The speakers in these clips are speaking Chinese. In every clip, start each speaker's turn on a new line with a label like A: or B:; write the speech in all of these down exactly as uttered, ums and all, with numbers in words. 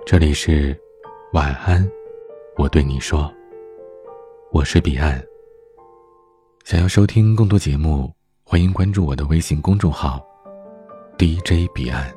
A: 这里是晚安，我对你说，我是彼岸。想要收听更多节目，欢迎关注我的微信公众号 D J 彼岸。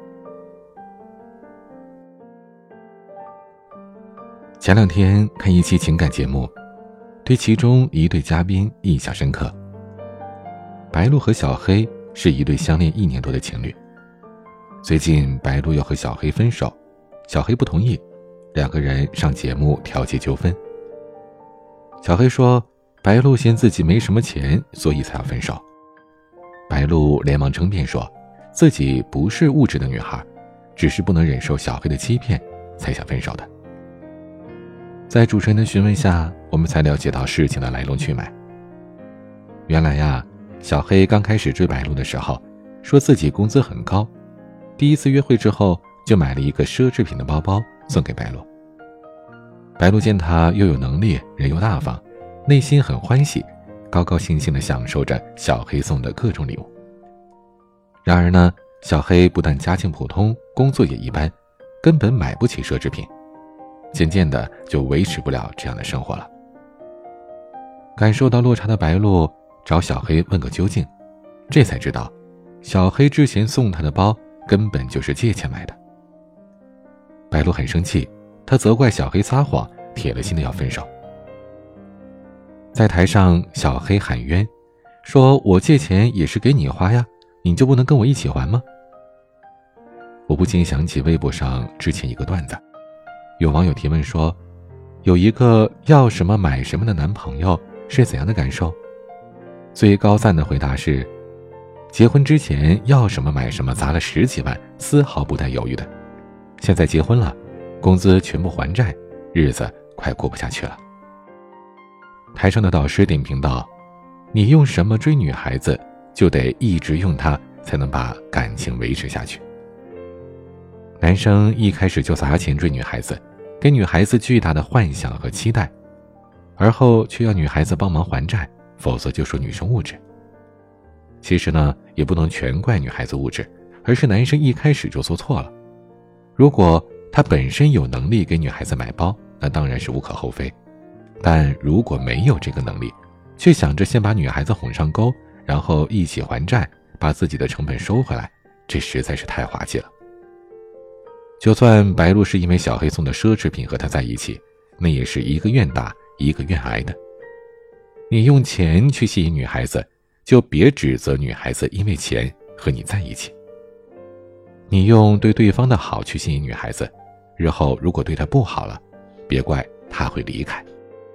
A: 前两天看一期情感节目，对其中一对嘉宾印象深刻。白鹿和小黑是一对相恋一年多的情侣，最近白鹿要和小黑分手，小黑不同意，两个人上节目调解纠纷。小黑说白鹿嫌自己没什么钱，所以才要分手。白鹿连忙争辩说自己不是物质的女孩，只是不能忍受小黑的欺骗才想分手的。在主持人的询问下，我们才了解到事情的来龙去脉。原来呀，小黑刚开始追白鹿的时候，说自己工资很高，第一次约会之后就买了一个奢侈品的包包送给白鹿。白鹿见他又有能力，人又大方，内心很欢喜，高高兴兴地享受着小黑送的各种礼物。然而呢，小黑不但家境普通，工作也一般，根本买不起奢侈品，渐渐的就维持不了这样的生活了。感受到落差的白鹿找小黑问个究竟，这才知道小黑之前送他的包根本就是借钱买的。白鹿很生气，他责怪小黑撒谎，铁了心的要分手。在台上，小黑喊冤，说我借钱也是给你花呀，你就不能跟我一起还吗？我不禁想起微博上之前一个段子，有网友提问说，有一个要什么买什么的男朋友是怎样的感受？最高赞的回答是，结婚之前要什么买什么，砸了十几万，丝毫不带犹豫的。现在结婚了，工资全部还债，日子快过不下去了。台上的导师点评道，你用什么追女孩子，就得一直用它，才能把感情维持下去。男生一开始就砸钱追女孩子，给女孩子巨大的幻想和期待，而后却要女孩子帮忙还债，否则就说女生物质。其实呢，也不能全怪女孩子物质，而是男生一开始就做错了。如果他本身有能力给女孩子买包，那当然是无可厚非，但如果没有这个能力，却想着先把女孩子哄上钩，然后一起还债，把自己的成本收回来，这实在是太滑稽了。就算白鹿是因为小黑送的奢侈品和他在一起，那也是一个愿打一个愿挨的。你用钱去吸引女孩子，就别指责女孩子因为钱和你在一起。你用对对方的好去吸引女孩子，日后如果对她不好了，别怪她会离开。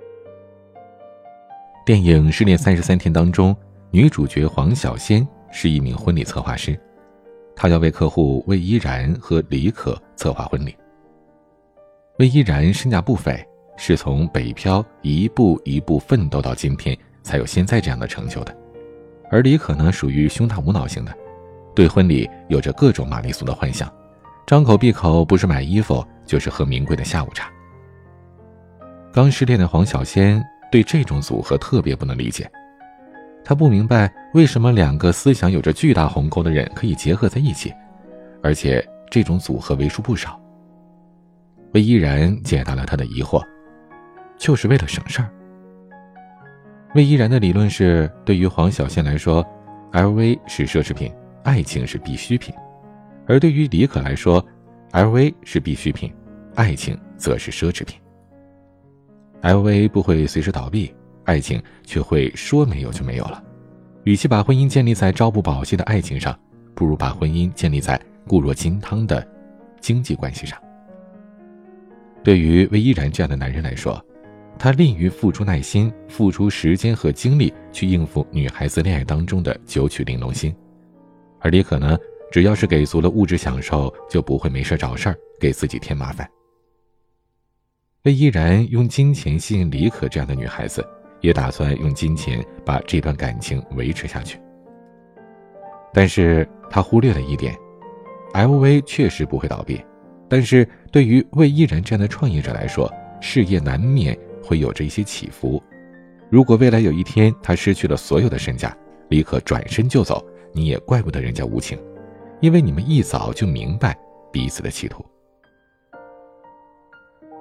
A: 电影《失恋三十三天》当中，女主角黄小仙是一名婚礼策划师，她要为客户魏依然和李可策划婚礼。魏依然身价不菲，是从北漂一步一步奋斗到今天才有现在这样的成就的。而李可呢，属于胸大无脑型的，对婚礼有着各种玛丽苏的幻想，张口闭口不是买衣服就是喝名贵的下午茶。刚失恋的黄小仙对这种组合特别不能理解，她不明白为什么两个思想有着巨大鸿沟的人可以结合在一起，而且这种组合为数不少。魏依然解答了她的疑惑，就是为了省事儿。魏依然的理论是，对于黄小仙来说 L V 是奢侈品，爱情是必需品，而对于李可来说 L V 是必需品，爱情则是奢侈品。 L V 不会随时倒闭，爱情却会说没有就没有了。与其把婚姻建立在朝不保夕的爱情上，不如把婚姻建立在固若金汤的经济关系上。对于魏依然这样的男人来说，他吝于付出耐心，付出时间和精力去应付女孩子恋爱当中的九曲玲珑心。而李可呢，只要是给足了物质享受，就不会没事找事儿给自己添麻烦。魏依然用金钱吸引李可这样的女孩子，也打算用金钱把这段感情维持下去。但是他忽略了一点， L V 确实不会倒闭，但是对于魏依然这样的创业者来说，事业难免会有着一些起伏。如果未来有一天他失去了所有的身价，立刻转身就走，你也怪不得人家无情，因为你们一早就明白彼此的企图。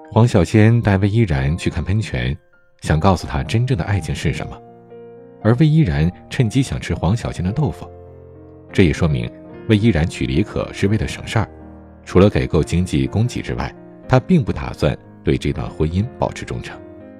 A: 黄小仙带魏依然去看喷泉，想告诉她真正的爱情是什么，而魏依然趁机想吃黄小仙的豆腐。这也说明魏依然娶李可是为了省事儿，除了给够经济供给之外，她并不打算对这段婚姻保持忠诚。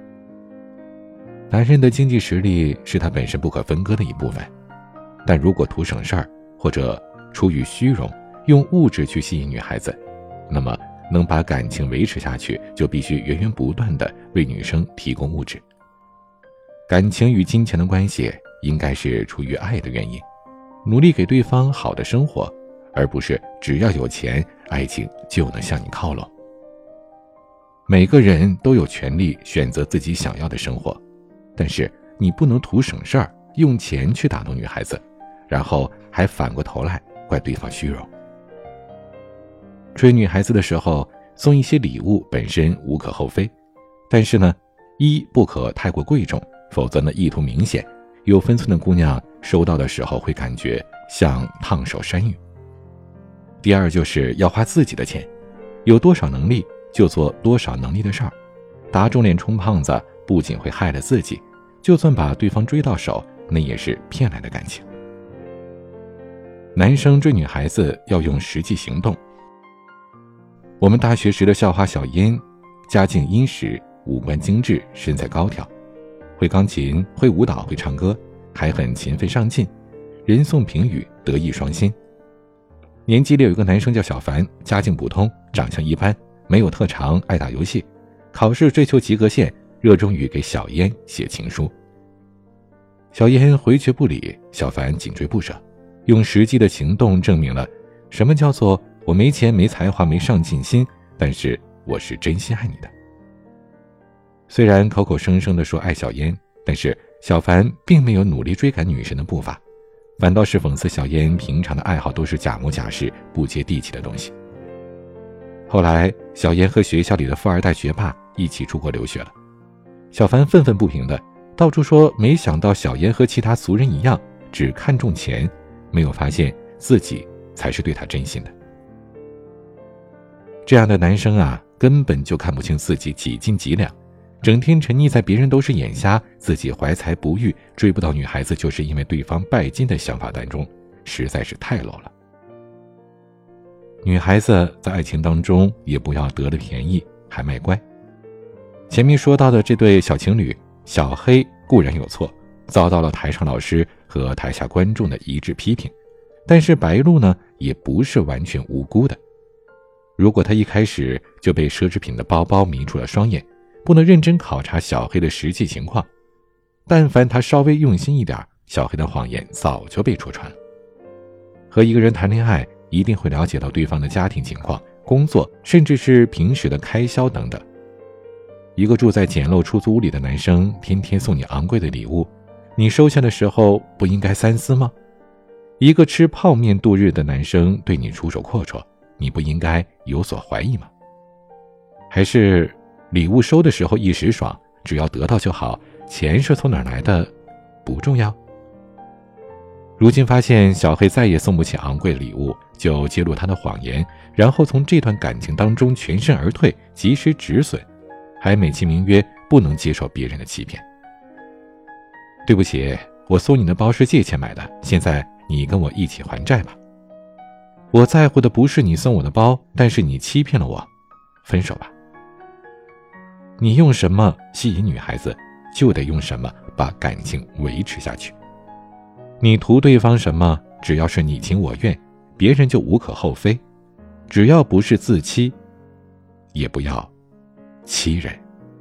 A: 男人的经济实力是他本身不可分割的一部分，但如果图省事儿或者出于虚荣，用物质去吸引女孩子，那么能把感情维持下去，就必须源源不断地为女生提供物质。感情与金钱的关系应该是出于爱的原因，努力给对方好的生活，而不是只要有钱，爱情就能向你靠拢。每个人都有权利选择自己想要的生活，但是你不能图省事儿，用钱去打动女孩子，然后还反过头来怪对方虚荣。追女孩子的时候，送一些礼物本身无可厚非，但是呢，一不可太过贵重，否则呢意图明显，有分寸的姑娘收到的时候会感觉像烫手山芋。第二就是要花自己的钱，有多少能力就做多少能力的事儿，打肿脸充胖子不仅会害了自己，就算把对方追到手，那也是骗来的感情。男生追女孩子要用实际行动。我们大学时的校花小燕，家境殷实，五官精致，身材高挑，会钢琴，会舞蹈，会唱歌，还很勤奋上进，人送评语，德艺双馨。年级里有一个男生叫小凡，家境普通，长相一般，没有特长，爱打游戏，考试追求及格线，热衷于给小燕写情书。小燕回绝不理，小凡紧追不舍，用实际的行动证明了什么叫做我没钱没才华没上进心，但是我是真心爱你的。虽然口口声声地说爱小燕，但是小凡并没有努力追赶女神的步伐，反倒是讽刺小燕平常的爱好都是假模假式不接地气的东西。后来小燕和学校里的富二代学霸一起出国留学了，小凡愤愤不平的到处说没想到小燕和其他俗人一样只看重钱，没有发现自己才是对他真心的。这样的男生啊，根本就看不清自己几斤几两，整天沉溺在别人都是眼瞎，自己怀才不遇，追不到女孩子就是因为对方拜金的想法当中，实在是太 low 了。女孩子在爱情当中也不要得了便宜还卖乖。前面说到的这对小情侣，小黑固然有错，遭到了台上老师和台下观众的一致批评，但是白鹿呢，也不是完全无辜的。如果他一开始就被奢侈品的包包迷住了双眼，不能认真考察小黑的实际情况，但凡他稍微用心一点，小黑的谎言早就被戳穿了。和一个人谈恋爱，一定会了解到对方的家庭情况、工作，甚至是平时的开销等等。一个住在简陋出租屋里的男生，天天送你昂贵的礼物，你收下的时候不应该三思吗？一个吃泡面度日的男生对你出手阔绰，你不应该有所怀疑吗？还是礼物收的时候一时爽，只要得到就好，钱是从哪儿来的不重要？如今发现小黑再也送不起昂贵的礼物，就揭露他的谎言，然后从这段感情当中全身而退，及时止损，还美其名曰不能接受别人的欺骗。对不起，我送你的包是借钱买的，现在你跟我一起还债吧。我在乎的不是你送我的包，但是你欺骗了我，分手吧。你用什么吸引女孩子，就得用什么把感情维持下去。你图对方什么，只要是你情我愿，别人就无可厚非，只要不是自欺，也不要欺人。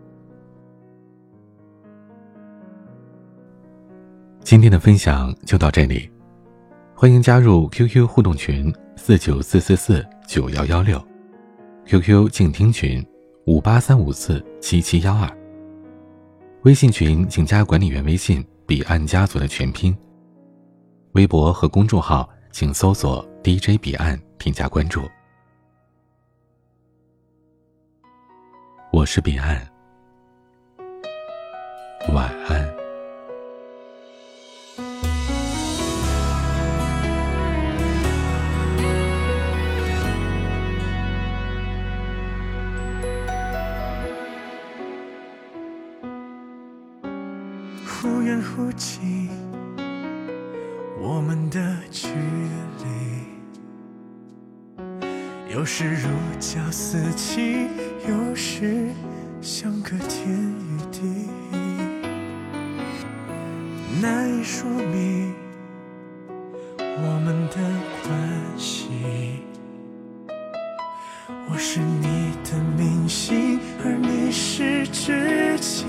A: 今天的分享就到这里，欢迎加入 Q Q 互动群四九四四四九一一六 Q Q 静听群五八三五四七七一二，微信群请加管理员微信彼岸家族的全拼，微博和公众号请搜索 D J 彼岸添加关注。我是彼岸，晚安。
B: 记我们的距离，有时如胶似漆，有时相隔天与地，难以说明我们的关系。我是你的明星，而你是知己。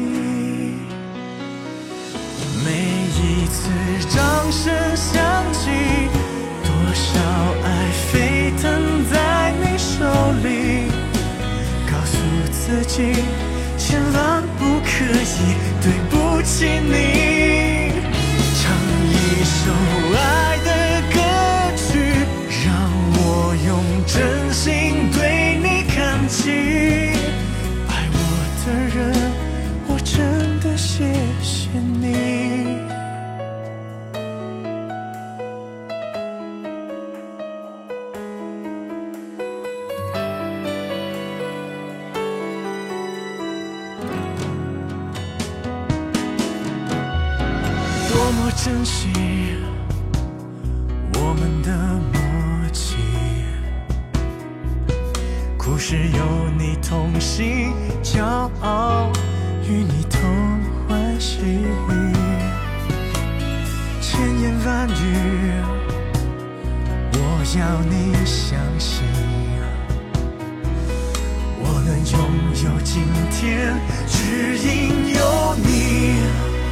B: 每一次掌声响起，多少爱飞腾在你手里。告诉自己，千万不可以对不起你。唱一首爱的歌曲，让我用真心对你看齐。爱我的人，我真的谢谢你。多么珍惜我们的默契，故事有你同行，骄傲与你同欢喜。千言万语，我要你相信，我能拥有今天，只因有你。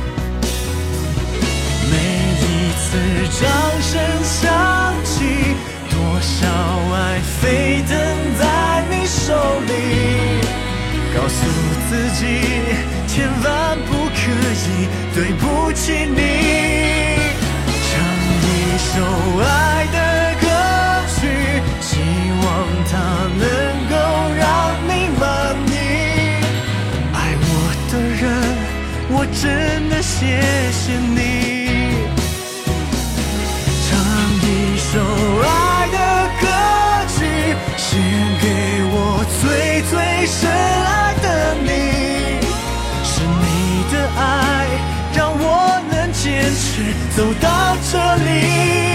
B: 每一次掌声响起，多少爱飞腾在你手里。告诉自己，千万不可以对不起你。唱一首爱的歌曲，希望它能够让你满意。爱我的人，我真的谢谢你。一首爱的歌曲，献给我最最深爱的你。是你的爱，让我能坚持走到这里。